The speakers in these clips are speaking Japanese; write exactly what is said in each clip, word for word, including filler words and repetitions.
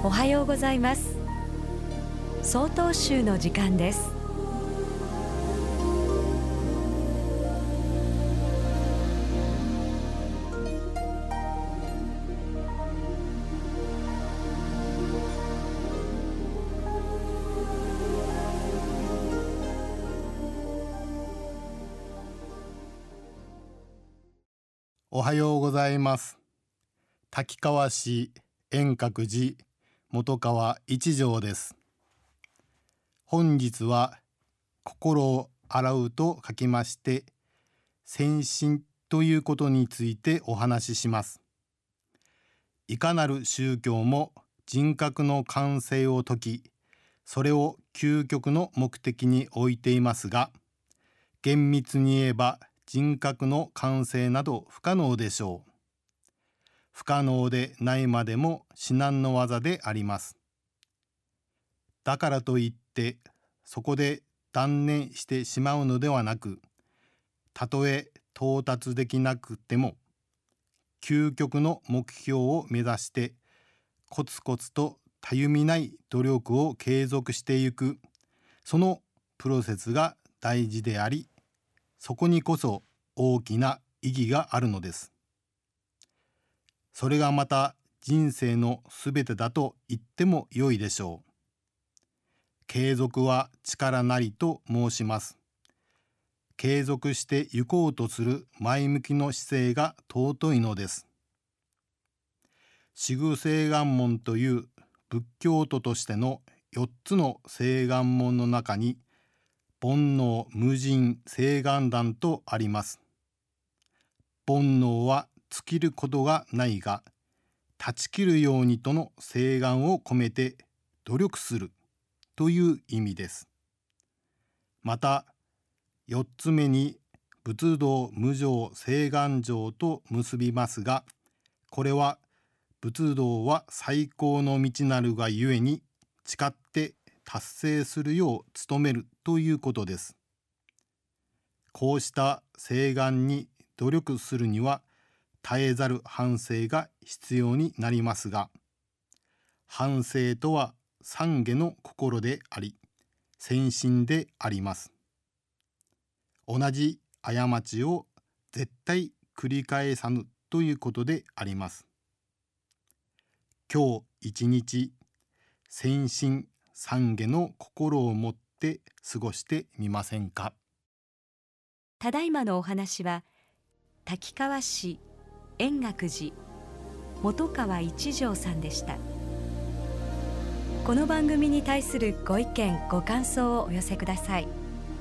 おはようございます。曹洞宗の時間です。 おはようございます。滝川市円覚寺本川一条です。本日は心を洗うと書きまして洗心ということについてお話しします。いかなる宗教も人格の完成を説き、それを究極の目的に置いていますが、厳密に言えば人格の完成など不可能でしょう。不可能でないまでも至難の業であります。だからといってそこで断念してしまうのではなく、たとえ到達できなくても究極の目標を目指してコツコツとたゆみない努力を継続していく、そのプロセスが大事であり、そこにこそ大きな意義があるのです。それがまた人生のすべてだと言ってもよいでしょう。継続は力なりと申します。継続して行こうとする前向きの姿勢が尊いのです。四愚誓願門という仏教徒としてのよっつの誓願門の中に煩悩無尽誓願断とあります。煩悩は尽きることがないが、断ち切るようにとの誓願を込めて努力するという意味です。また、よっつめに仏道無常誓願定と結びますが、これは仏道は最高の道なるがゆえに誓って達成するよう努めるということです。こうした誓願に努力するには絶えざる反省が必要になりますが、反省とは懺悔の心であり、洗心であります。同じ過ちを絶対繰り返さぬということであります。今日一日、洗心懺悔の心を持って過ごしてみませんか。 ただいまのお話は滝川市円覚寺本川一条さんでした。この番組に対するご意見ご感想をお寄せください。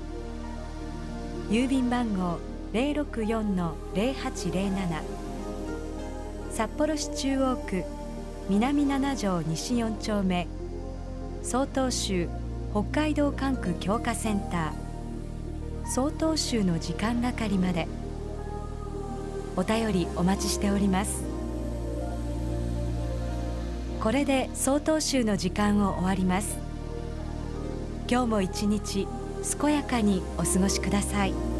郵便番号 ゼロろくよんのゼロはちゼロなな、 札幌市中央区南なな条西よん丁目、曹洞宗北海道管区強化センター曹洞宗の時間係まで。お便りお待ちしております。これで曹洞宗の時間を終わります。今日も一日健やかにお過ごしください。